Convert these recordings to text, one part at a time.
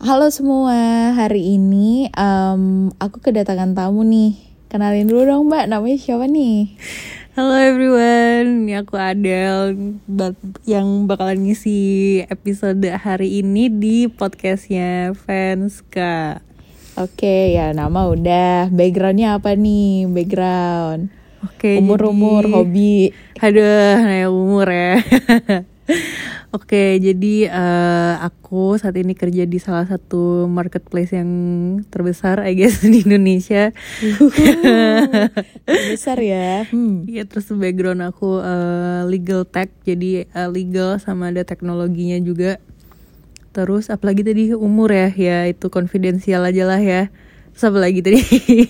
Halo semua, hari ini aku kedatangan tamu nih. Kenalin dulu dong Mbak, namanya siapa nih? Halo everyone, ini aku Adele yang bakalan ngisi episode hari ini di podcastnya Fanska. Oke, ya nama udah. Backgroundnya apa nih? Background. Oke, Umur, hobi. Aduh, nanya umur ya. Oke, jadi aku saat ini kerja di salah satu marketplace yang terbesar, I guess, di Indonesia. Besar ya. Iya, terus background aku legal tech, jadi legal sama ada teknologinya juga. Terus apalagi tadi umur ya itu konfidensial aja lah ya. Terus apa lagi tadi?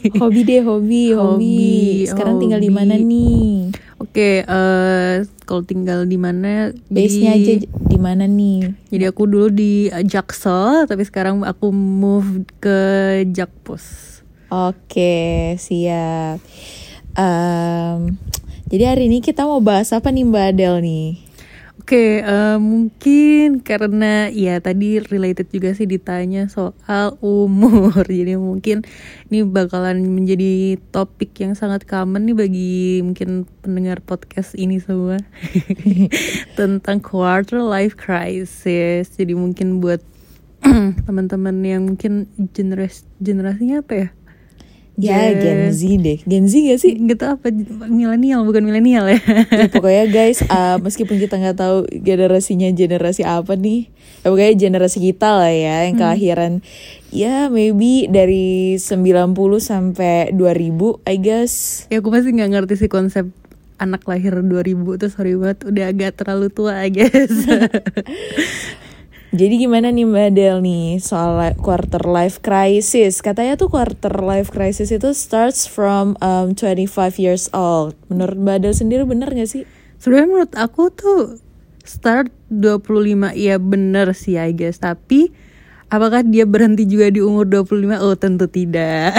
Hobi. Sekarang tinggal di mana nih? Oke, kalau tinggal di mana? Base-nya aja di mana nih? Jadi aku dulu di Jaksel, tapi sekarang aku move ke Jakpus. Oke, siap. Jadi hari ini kita mau bahas apa nih Mbak Adele nih? Oke, mungkin karena ya tadi related juga sih ditanya soal umur. Jadi mungkin ini bakalan menjadi topik yang sangat common nih bagi mungkin pendengar podcast ini semua. Tentang quarter life crisis. Jadi mungkin buat teman-teman yang mungkin generasinya apa ya? Ya Gen Z deh. Gen Z gak sih? Gitu apa, milenial bukan milenial ya. Ya pokoknya guys, meskipun kita gak tahu generasinya generasi apa nih, pokoknya generasi kita lah ya, yang kelahiran ya maybe dari 90 sampai 2000 I guess. Ya aku pasti gak ngerti sih konsep anak lahir 2000 tuh, sorry banget, udah agak terlalu tua I guess. Jadi gimana nih Mbak Adele nih soal quarter life crisis? Katanya tuh quarter life crisis itu starts from 25 years old. Menurut Mbak Adele sendiri bener gak sih? Sebenarnya menurut aku tuh start 25, ya bener sih I guess. Tapi apakah dia berhenti juga di umur 25? Oh tentu tidak.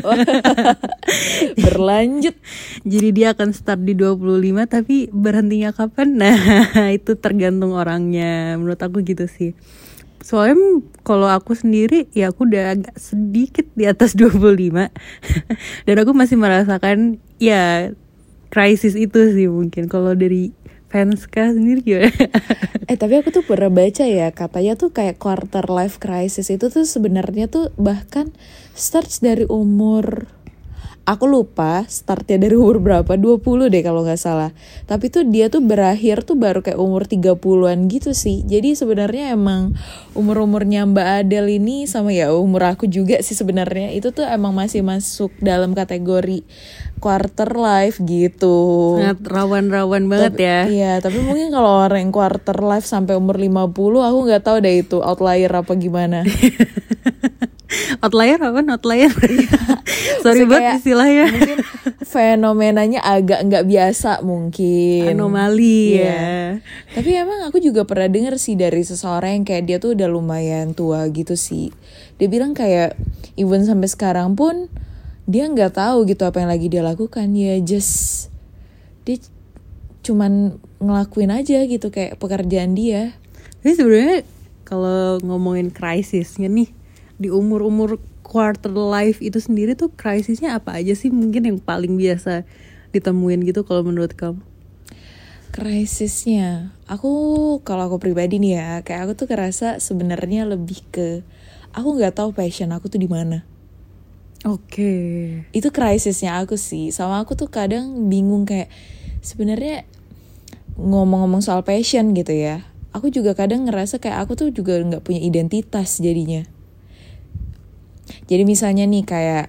Berlanjut. Jadi dia akan start di 25 tapi berhentinya kapan? Nah itu tergantung orangnya. Menurut aku gitu sih. Soalnya kalau aku sendiri ya aku udah agak sedikit di atas 25. Dan aku masih merasakan ya krisis itu sih mungkin. Kalau dari Fanska sendiri gimana? Tapi aku tuh pernah baca ya, katanya tuh kayak quarter life crisis itu tuh sebenarnya tuh bahkan starts dari umur, aku lupa startnya dari umur berapa, 20 deh kalau gak salah. Tapi tuh dia tuh berakhir tuh baru kayak umur 30-an gitu sih. Jadi sebenarnya emang umur-umurnya Mbak Adele ini sama ya umur aku juga sih sebenarnya, itu tuh emang masih masuk dalam kategori quarter life gitu. Sangat rawan-rawan banget ya. Iya, tapi mungkin kalau orang yang quarter life sampai umur 50, aku gak tahu deh itu outlier apa gimana. Outlier apa? Outlier. Sorry banget istilahnya. Mungkin fenomenanya agak nggak biasa mungkin. Anomali ya. Tapi emang aku juga pernah denger sih dari seseorang yang kayak dia tuh udah lumayan tua gitu sih. Dia bilang kayak even sampai sekarang pun dia nggak tahu gitu apa yang lagi dia lakukan. Ya just dia cuman ngelakuin aja gitu kayak pekerjaan dia. Tapi sebenarnya kalau ngomongin krisisnya nih di umur-umur quarter life itu sendiri tuh krisisnya apa aja sih mungkin yang paling biasa ditemuin gitu kalau menurut kamu? Krisisnya, kalau aku pribadi nih ya, kayak aku tuh kerasa sebenarnya lebih ke aku nggak tahu passion aku tuh di mana. Oke. Itu krisisnya aku sih. Sama aku tuh kadang bingung kayak sebenarnya ngomong-ngomong soal passion gitu ya. Aku juga kadang ngerasa kayak aku tuh juga nggak punya identitas jadinya. Jadi misalnya nih kayak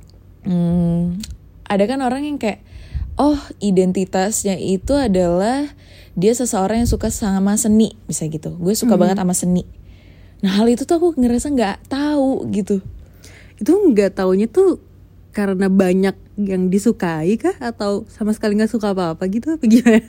ada kan orang yang kayak identitasnya itu adalah dia seseorang yang suka sama seni, bisa gitu. Gue suka banget sama seni. Nah hal itu tuh aku ngerasa nggak tahu gitu. Itu nggak taunya tuh karena banyak yang disukai kah atau sama sekali nggak suka apa-apa gitu apa gimana?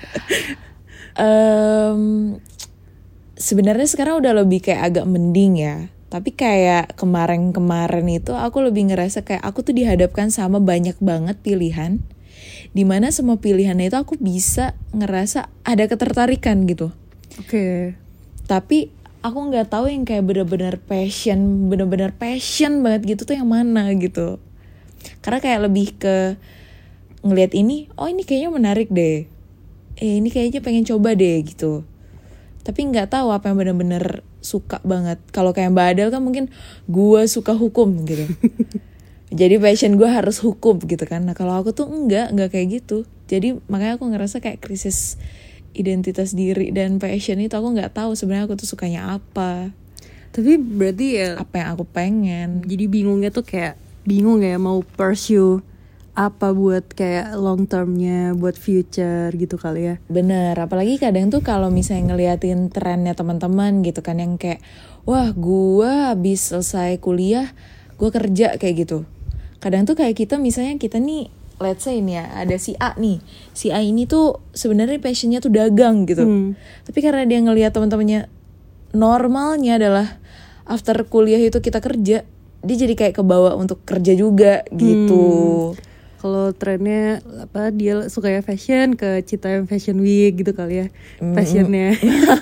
Sebenarnya sekarang udah lebih kayak agak mending ya. Tapi kayak kemarin-kemarin itu aku lebih ngerasa kayak aku tuh dihadapkan sama banyak banget pilihan, dimana semua pilihannya itu aku bisa ngerasa ada ketertarikan gitu. Oke. Tapi aku nggak tahu yang kayak bener-bener passion banget gitu tuh yang mana gitu. Karena kayak lebih ke ngelihat ini, oh ini kayaknya menarik deh, ini kayaknya pengen coba deh gitu. Tapi nggak tahu apa yang bener-bener suka banget. Kalau kayak Mbak Adel kan mungkin gue suka hukum gitu. Jadi passion gue harus hukum gitu kan. Nah kalau aku tuh enggak kayak gitu. Jadi makanya aku ngerasa kayak krisis identitas diri dan passion itu, aku nggak tahu sebenarnya aku tuh sukanya apa. Tapi berarti ya Apa yang aku pengen. jadi bingungnya tuh kayak bingung ya mau pursue apa buat kayak long termnya, buat future gitu kali ya. Bener, apalagi kadang tuh kalau misalnya ngeliatin trennya teman-teman gitu kan, yang kayak wah gue habis selesai kuliah gue kerja kayak gitu. Kadang tuh kayak kita misalnya kita nih, let's say nih ya, ada si A nih, si A ini tuh sebenarnya passionnya tuh dagang gitu. Tapi karena dia ngelihat teman-temannya normalnya adalah after kuliah itu kita kerja, dia jadi kayak kebawa untuk kerja juga gitu. Kalau trennya apa, dia sukanya fashion ke Citayam Fashion Week gitu kali ya, fashionnya.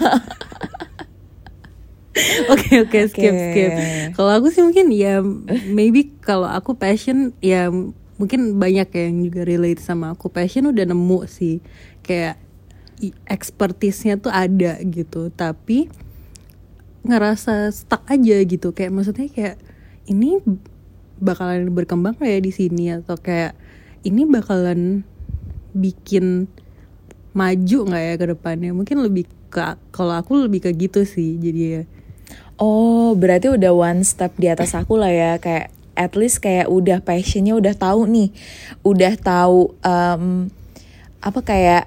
Oke, skip. Kalau aku sih mungkin ya maybe kalau aku passion ya mungkin banyak yang juga relate sama aku. Passion udah nemu sih, kayak expertise-nya tuh ada gitu, tapi ngerasa stuck aja gitu. Kayak maksudnya kayak ini bakalan berkembang kayak di sini, atau kayak ini bakalan bikin maju nggak ya ke depannya. Mungkin lebih ke, kalau aku lebih ke gitu sih jadi ya. Oh, berarti udah one step di atas aku lah ya. Kayak at least kayak udah passionnya udah tahu nih. Udah tahu apa kayak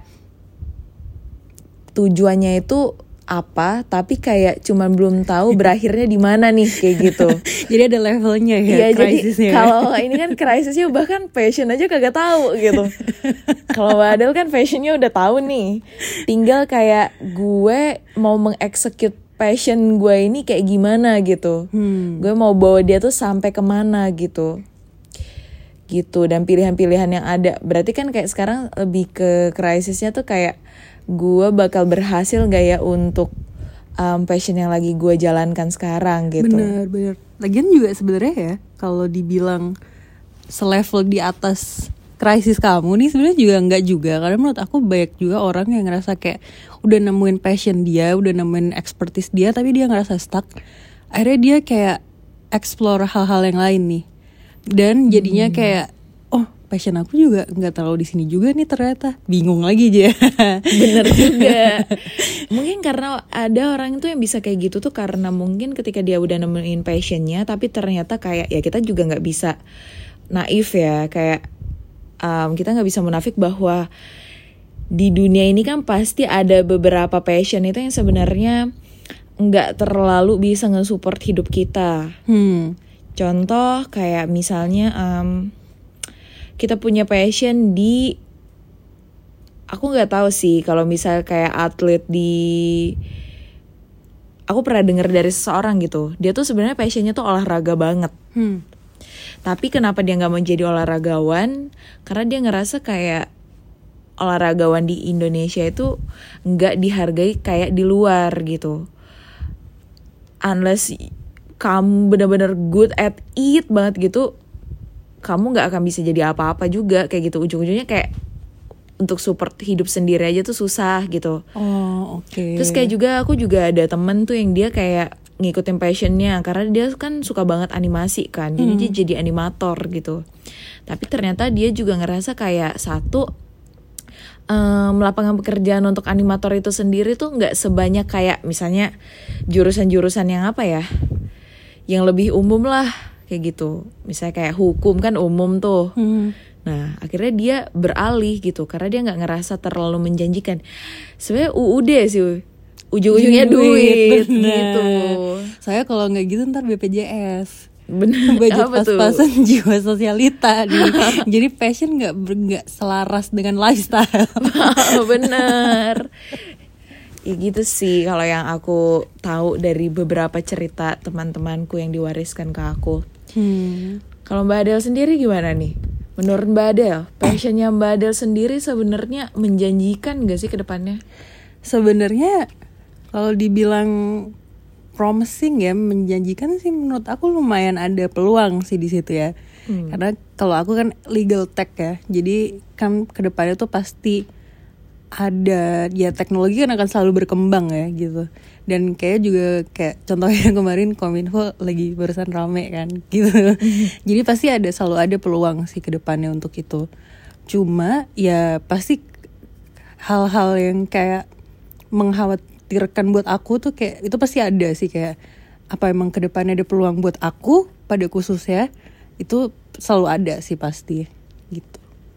tujuannya itu apa, tapi kayak cuman belum tahu berakhirnya di mana nih kayak gitu. Jadi ada levelnya ya, Iya, krisisnya. jadi kalau ini kan krisisnya bahkan passion aja kagak tahu gitu. Kalau Mbak Adel kan passionnya udah tahu nih. Tinggal kayak gue mau mengeksekut passion gue ini kayak gimana gitu. Gue mau bawa dia tuh sampai kemana gitu. Gitu, dan pilihan-pilihan yang ada. Berarti kan kayak sekarang lebih ke krisisnya tuh kayak gue bakal berhasil gak ya untuk passion yang lagi gue jalankan sekarang gitu. Bener. Lagian juga sebenarnya ya, kalau dibilang selevel di atas krisis kamu nih, sebenarnya juga enggak juga. Karena menurut aku banyak juga orang yang ngerasa kayak udah nemuin passion dia, udah nemuin expertise dia, tapi dia ngerasa stuck. Akhirnya dia kayak explore hal-hal yang lain nih. Dan jadinya kayak passion aku juga nggak terlalu di sini juga nih ternyata, bingung lagi aja. Bener juga. Mungkin karena ada orang itu yang bisa kayak gitu tuh karena mungkin ketika dia udah nemuin passionnya, tapi ternyata kayak ya kita juga nggak bisa naif ya, kayak kita nggak bisa munafik bahwa di dunia ini kan pasti ada beberapa passion itu yang sebenarnya nggak terlalu bisa nge-support hidup kita. Contoh kayak misalnya kita punya passion di, aku nggak tahu sih kalau misal kayak atlet di, aku pernah dengar dari seseorang gitu, dia tuh sebenarnya passionnya tuh olahraga banget. Tapi kenapa dia nggak mau jadi olahragawan? Karena dia ngerasa kayak olahragawan di Indonesia itu nggak dihargai kayak di luar gitu. Unless kamu benar-benar good at it banget gitu, kamu gak akan bisa jadi apa-apa juga kayak gitu. Ujung-ujungnya kayak untuk support hidup sendiri aja tuh susah gitu. Oh, oke. Terus kayak juga aku juga ada temen tuh yang dia kayak ngikutin passionnya, karena dia kan suka banget animasi kan, jadi dia jadi animator gitu. Tapi ternyata dia juga ngerasa kayak satu, lapangan pekerjaan untuk animator itu sendiri tuh gak sebanyak kayak misalnya jurusan-jurusan yang apa ya, yang lebih umum lah kayak gitu. Misalnya kayak hukum kan umum tuh. Nah akhirnya dia beralih gitu karena dia nggak ngerasa terlalu menjanjikan. Sebenarnya UUD sih ujung-ujungnya duit gitu. Saya kalau nggak gitu ntar BPJS. Bener. Budget Apa tuh? pas-pasan jiwa sosialita nih. Jadi passion nggak selaras dengan lifestyle. Bener. Ya gitu sih kalau yang aku tahu dari beberapa cerita teman-temanku yang diwariskan ke aku. Kalau Mbak Adel sendiri gimana nih? Menurut Mbak Adel, passionnya Mbak Adel sendiri sebenarnya menjanjikan gak sih ke depannya? Sebenarnya kalau dibilang promising ya, menjanjikan sih menurut aku lumayan ada peluang sih di situ ya. Karena kalau aku kan legal tech ya, jadi kan kedepannya tuh pasti ada ya, teknologi kan akan selalu berkembang ya gitu. Dan kayak juga kayak contohnya kemarin Kominfo lagi barusan rame kan gitu. Jadi pasti selalu ada peluang sih kedepannya untuk itu. Cuma ya pasti hal-hal yang kayak mengkhawatirkan buat aku tuh kayak itu pasti ada sih, kayak apa emang kedepannya ada peluang buat aku pada khususnya, itu selalu ada sih pasti gitu.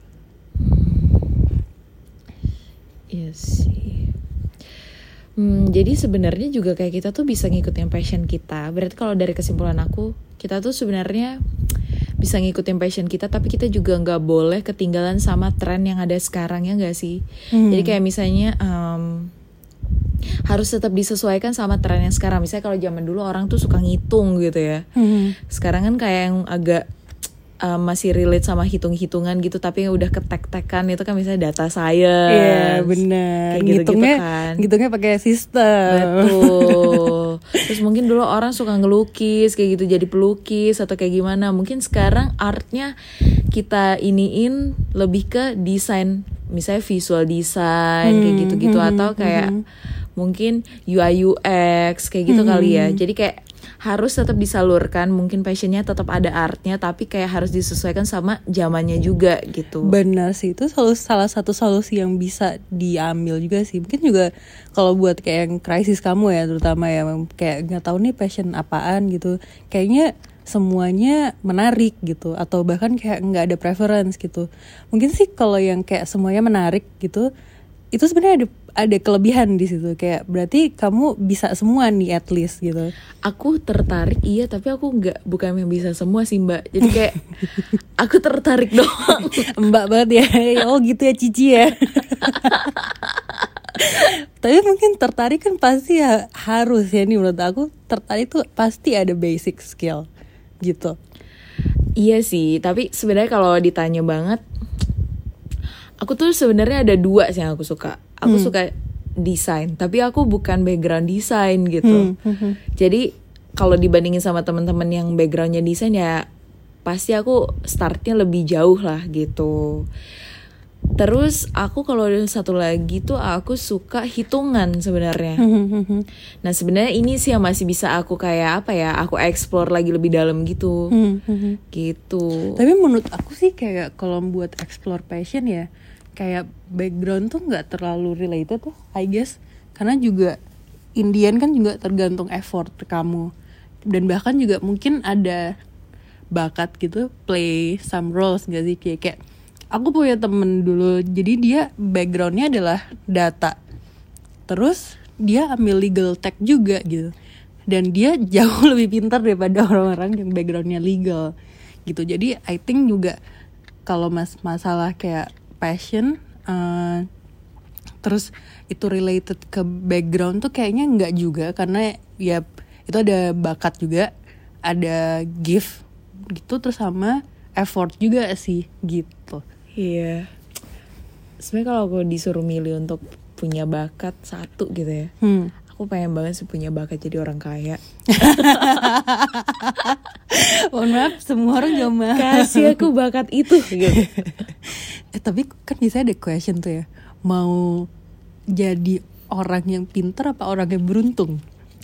Iya sih. Jadi sebenarnya juga kayak kita tuh bisa ngikutin passion kita. Berarti kalau dari kesimpulan aku, kita tuh sebenarnya bisa ngikutin passion kita, tapi kita juga nggak boleh ketinggalan sama tren yang ada sekarang, ya nggak sih? Jadi kayak misalnya harus tetap disesuaikan sama tren yang sekarang. Misalnya kalau zaman dulu orang tuh suka ngitung gitu ya. Sekarang kan kayak yang agak masih relate sama hitung-hitungan gitu, tapi yang udah ketek-tekan itu kan misalnya data science. Iya benar. Ngitungnya kan. Ngitungnya pakai sistem. Betul. Terus mungkin dulu orang suka ngelukis kayak gitu, jadi pelukis atau kayak gimana. Mungkin sekarang artnya kita iniin lebih ke desain, misalnya visual design kayak gitu-gitu, atau kayak mungkin UI UX kayak gitu kali ya. Jadi kayak harus tetap disalurkan, mungkin passionnya tetap ada artnya, tapi kayak harus disesuaikan sama zamannya juga gitu. Benar sih, itu salah satu solusi yang bisa diambil juga sih. Mungkin juga kalau buat kayak yang krisis kamu ya, terutama ya kayak nggak tahu nih passion apaan gitu, kayaknya semuanya menarik gitu, atau bahkan kayak nggak ada preference gitu. Mungkin sih kalau yang kayak semuanya menarik gitu, itu sebenarnya ada kelebihan di situ, kayak berarti kamu bisa semua nih at least gitu. Aku tertarik iya, tapi aku bukan yang bisa semua sih Mbak. Jadi kayak aku tertarik doang. Mbak banget ya. Oh gitu ya Cici ya. Tapi mungkin tertarik kan pasti harus ya, nih menurut aku tertarik tuh pasti ada basic skill gitu. Iya sih, tapi sebenarnya kalau ditanya banget, aku tuh sebenarnya ada dua sih yang aku suka. Aku suka desain, tapi aku bukan background desain gitu. Jadi kalau dibandingin sama teman-teman yang backgroundnya desain ya pasti aku startnya lebih jauh lah gitu. Terus aku kalau ada satu lagi tuh aku suka hitungan sebenarnya. Nah sebenarnya ini sih yang masih bisa aku kayak apa ya, aku explore lagi lebih dalam gitu. Gitu. Tapi menurut aku sih kayak kalau buat explore passion ya, kayak background tuh nggak terlalu related tuh, I guess. Karena juga Indian kan juga tergantung effort kamu. Dan bahkan juga mungkin ada bakat gitu, play some roles gak sih? Kayak aku punya temen dulu, jadi dia backgroundnya adalah data. Terus dia ambil legal tech juga gitu. Dan dia jauh lebih pintar daripada orang-orang yang backgroundnya legal gitu. Jadi I think juga kalau masalah kayak passion, terus itu related ke background tuh kayaknya enggak juga, karena ya itu ada bakat juga, ada gift gitu, terus sama effort juga sih gitu. Iya. Sebenarnya kalau aku disuruh milih untuk punya bakat satu gitu ya, aku pengen banget sih punya bakat jadi orang kaya. Mohon maaf, semua orang gak mau. Kasih aku bakat itu gitu. Tapi kan biasanya ada question tuh ya, mau jadi orang yang pintar apa orang yang beruntung?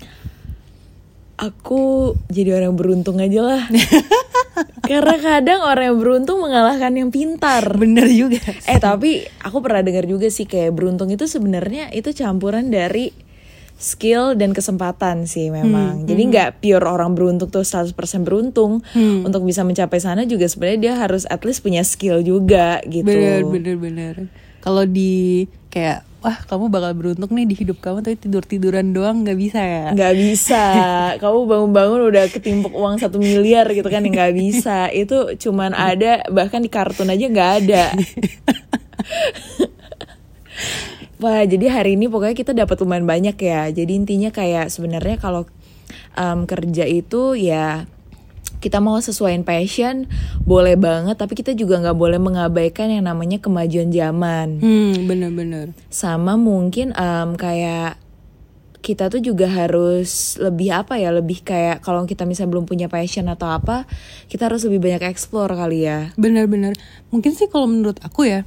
Aku jadi orang yang beruntung aja lah. Karena kadang orang yang beruntung mengalahkan yang pintar. Bener juga. Tapi aku pernah dengar juga sih kayak beruntung itu sebenarnya itu campuran dari skill dan kesempatan sih memang. Jadi nggak pure orang beruntung tuh 100% beruntung. Untuk bisa mencapai sana juga sebenarnya dia harus at least punya skill juga gitu. Bener. Kalau di kayak wah kamu bakal beruntung nih di hidup kamu, tapi tiduran doang nggak bisa ya? Nggak bisa. Kamu bangun-bangun udah ketimpuk uang 1 miliar gitu kan, ya nggak bisa. Itu cuman ada, bahkan di kartun aja nggak ada. Wah, jadi hari ini pokoknya kita dapat lumayan banyak ya. Jadi intinya kayak sebenarnya kalau kerja itu ya kita mau sesuaiin passion boleh banget, tapi kita juga nggak boleh mengabaikan yang namanya kemajuan zaman. Bener-bener. Sama mungkin kayak kita tuh juga harus lebih lebih kayak kalau kita misalnya belum punya passion atau apa, kita harus lebih banyak explore kali ya. Benar-benar. Mungkin sih kalau menurut aku ya,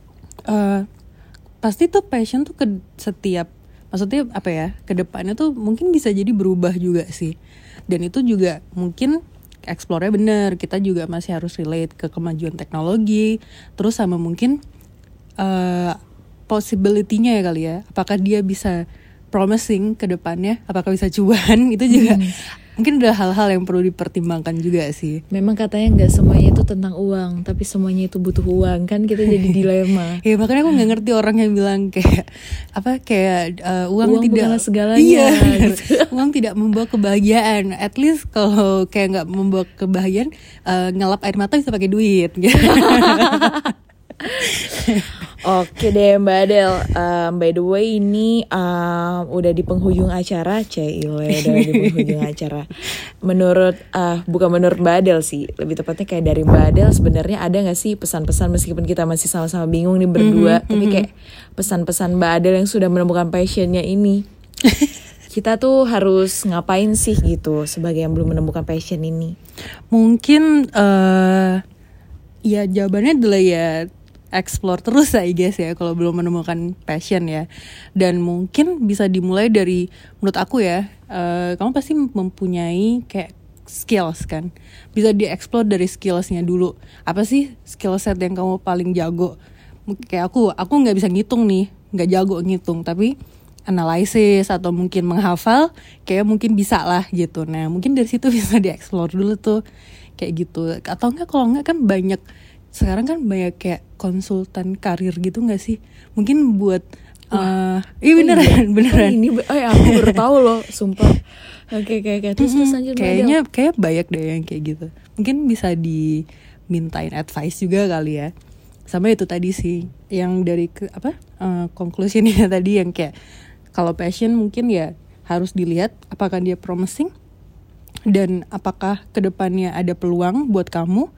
pasti tuh passion tuh ke setiap, maksudnya apa ya, ke depannya tuh mungkin bisa jadi berubah juga sih. Dan itu juga mungkin explore-nya bener, kita juga masih harus relate ke kemajuan teknologi, terus sama mungkin possibility-nya ya kali ya, apakah dia bisa promising ke depannya, apakah bisa cuan, itu juga mungkin udah hal-hal yang perlu dipertimbangkan juga sih. Memang katanya nggak semuanya itu tentang uang, tapi semuanya itu butuh uang, kan kita jadi dilema. Ya makanya aku nggak ngerti orang yang bilang kayak uang tidak bukanlah segalanya. Iya, gitu. Uang tidak membawa kebahagiaan. At least kalau kayak nggak membawa kebahagiaan, ngelap air mata bisa pakai duit. Oke deh Mbak Adel, by the way ini udah di penghujung acara, udah di penghujung acara. Bukan menurut Mbak Adel sih, lebih tepatnya kayak dari Mbak Adel sebenarnya ada nggak sih pesan-pesan, meskipun kita masih sama-sama bingung nih berdua, tapi kayak pesan-pesan Mbak Adel yang sudah menemukan passionnya ini. Kita tuh harus ngapain sih gitu sebagai yang belum menemukan passion ini? Mungkin ya jawabannya adalah ya explore terus I guess ya kalau belum menemukan passion ya. Dan mungkin bisa dimulai dari, menurut aku ya, kamu pasti mempunyai kayak skills kan, bisa dieksplor dari skillsnya dulu. Apa sih skill set yang kamu paling jago? Kayak aku nggak bisa ngitung nih, nggak jago ngitung, tapi analisis atau mungkin menghafal kayak mungkin bisa lah gitu. Nah mungkin dari situ bisa dieksplor dulu tuh kayak gitu. Atau enggak, kalau enggak kan banyak sekarang kan banyak kayak konsultan karir gitu nggak sih? Mungkin buat iya beneran. Ini aku baru tahu loh, sumpah. Oke. Terus lanjut. Kayaknya banyak deh yang kayak gitu. Mungkin bisa dimintain advice juga kali ya. Sama itu tadi sih, yang dari conclusionnya tadi yang kayak kalau passion mungkin ya harus dilihat apakah dia promising dan apakah kedepannya ada peluang buat kamu.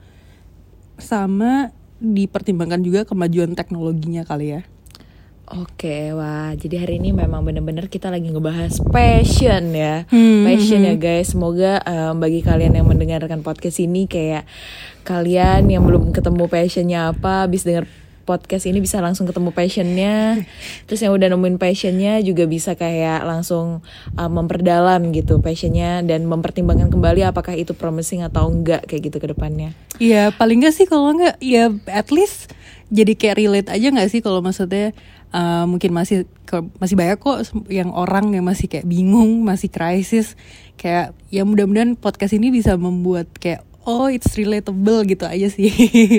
Sama dipertimbangkan juga kemajuan teknologinya kali ya. Oke, wah jadi hari ini memang benar-benar kita lagi ngebahas passion ya. Passion ya guys. Semoga bagi kalian yang mendengarkan podcast ini, kayak kalian yang belum ketemu passionnya apa, habis dengar podcast ini bisa langsung ketemu passionnya. Terus yang udah nemuin passionnya juga bisa kayak langsung memperdalam gitu passionnya, dan mempertimbangkan kembali apakah itu promising atau enggak kayak gitu ke depannya. Iya paling enggak sih, kalau enggak ya at least jadi kayak relate aja nggak sih, kalau maksudnya mungkin masih banyak kok yang orang yang masih kayak bingung, masih krisis, kayak ya mudah-mudahan podcast ini bisa membuat kayak it's relatable gitu aja sih.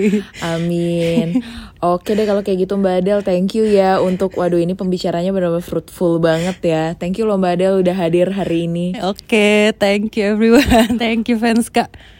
Amin. Oke deh kalau kayak gitu Mbak Adel, thank you ya untuk, waduh ini pembicaranya benar-benar fruitful banget ya. Thank you loh Mbak Adel udah hadir hari ini. Oke, thank you everyone. Thank you fans Kak.